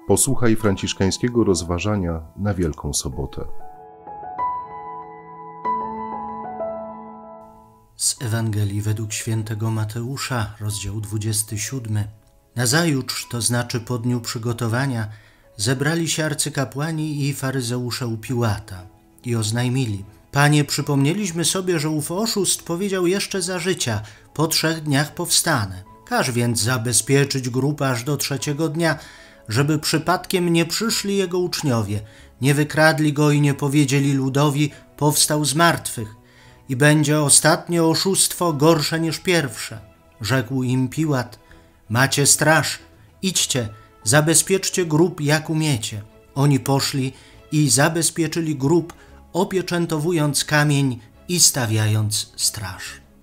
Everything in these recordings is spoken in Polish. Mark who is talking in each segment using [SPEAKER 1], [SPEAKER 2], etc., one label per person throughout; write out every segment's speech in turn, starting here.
[SPEAKER 1] Posłuchaj franciszkańskiego rozważania na Wielką Sobotę.
[SPEAKER 2] Z Ewangelii według świętego Mateusza, rozdział 27. Nazajutrz, to znaczy po dniu przygotowania, zebrali się arcykapłani i faryzeusze u Piłata i oznajmili: Panie, przypomnieliśmy sobie, że ów oszust powiedział jeszcze za życia: po 3 dniach powstanę. Każ więc zabezpieczyć grób aż do 3. dnia, żeby przypadkiem nie przyszli jego uczniowie, nie wykradli go i nie powiedzieli ludowi: powstał z martwych. I będzie ostatnie oszustwo gorsze niż pierwsze. Rzekł im Piłat: macie straż, idźcie, zabezpieczcie grób jak umiecie. Oni poszli i zabezpieczyli grób, opieczętowując kamień i stawiając straż.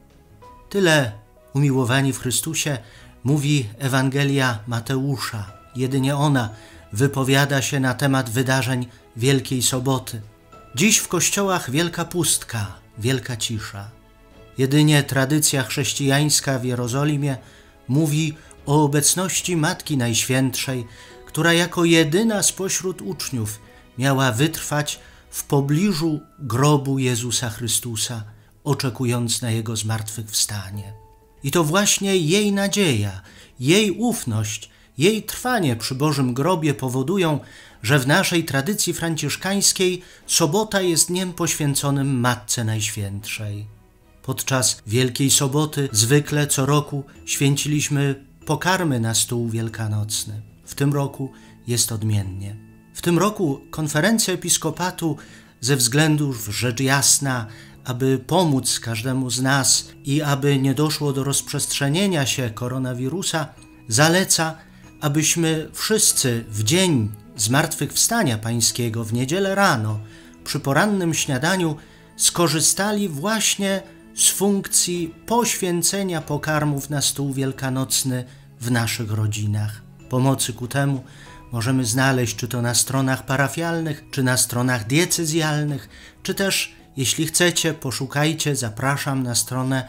[SPEAKER 2] Tyle, umiłowani w Chrystusie, mówi Ewangelia Mateusza. Jedynie ona wypowiada się na temat wydarzeń Wielkiej Soboty. Dziś w kościołach wielka pustka, wielka cisza. Jedynie tradycja chrześcijańska w Jerozolimie mówi o obecności Matki Najświętszej, która jako jedyna spośród uczniów miała wytrwać w pobliżu grobu Jezusa Chrystusa, oczekując na Jego zmartwychwstanie. I to właśnie jej nadzieja, jej ufność, jej trwanie przy Bożym grobie powodują, że w naszej tradycji franciszkańskiej sobota jest dniem poświęconym Matce Najświętszej. Podczas Wielkiej Soboty zwykle co roku święciliśmy pokarmy na stół wielkanocny. W tym roku jest odmiennie. W tym roku konferencja episkopatu, ze względu, rzecz jasna, aby pomóc każdemu z nas i aby nie doszło do rozprzestrzenienia się koronawirusa, zaleca, abyśmy wszyscy w dzień Zmartwychwstania Pańskiego, w niedzielę rano, przy porannym śniadaniu, skorzystali właśnie z funkcji poświęcenia pokarmów na stół wielkanocny w naszych rodzinach. Pomocy ku temu możemy znaleźć czy to na stronach parafialnych, czy na stronach diecezjalnych, czy też, jeśli chcecie, poszukajcie, zapraszam na stronę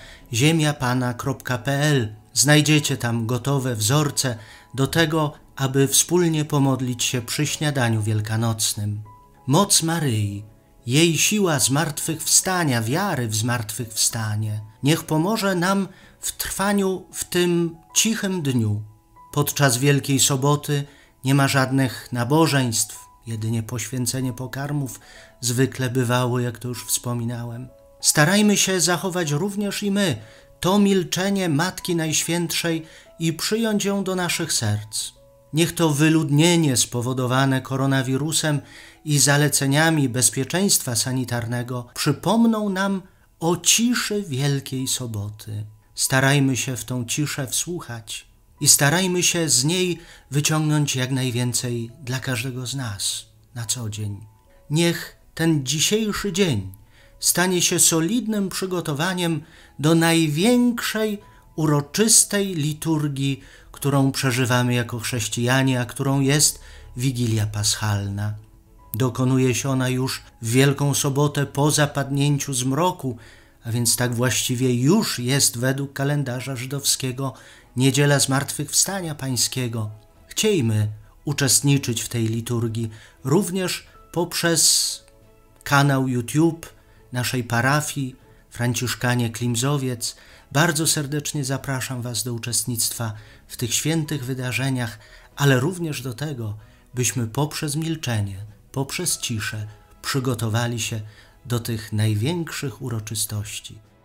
[SPEAKER 2] ziemiapana.pl. Znajdziecie tam gotowe wzorce do tego, aby wspólnie pomodlić się przy śniadaniu wielkanocnym. Moc Maryi, jej siła zmartwychwstania, wiary w zmartwychwstanie, niech pomoże nam w trwaniu w tym cichym dniu. Podczas Wielkiej Soboty nie ma żadnych nabożeństw, jedynie poświęcenie pokarmów zwykle bywało, jak to już wspominałem. Starajmy się zachować również i my to milczenie Matki Najświętszej i przyjąć ją do naszych serc. Niech to wyludnienie spowodowane koronawirusem i zaleceniami bezpieczeństwa sanitarnego przypomną nam o ciszy Wielkiej Soboty. Starajmy się w tą ciszę wsłuchać i starajmy się z niej wyciągnąć jak najwięcej dla każdego z nas na co dzień. Niech ten dzisiejszy dzień stanie się solidnym przygotowaniem do największej, uroczystej liturgii, którą przeżywamy jako chrześcijanie, a którą jest Wigilia Paschalna. Dokonuje się ona już w Wielką Sobotę po zapadnięciu zmroku, a więc tak właściwie już jest według kalendarza żydowskiego Niedziela Zmartwychwstania Pańskiego. Chciejmy uczestniczyć w tej liturgii również poprzez kanał YouTube naszej parafii Franciszkanie Klimzowiec. Bardzo serdecznie zapraszam Was do uczestnictwa w tych świętych wydarzeniach, ale również do tego, byśmy poprzez milczenie, poprzez ciszę przygotowali się do tych największych uroczystości.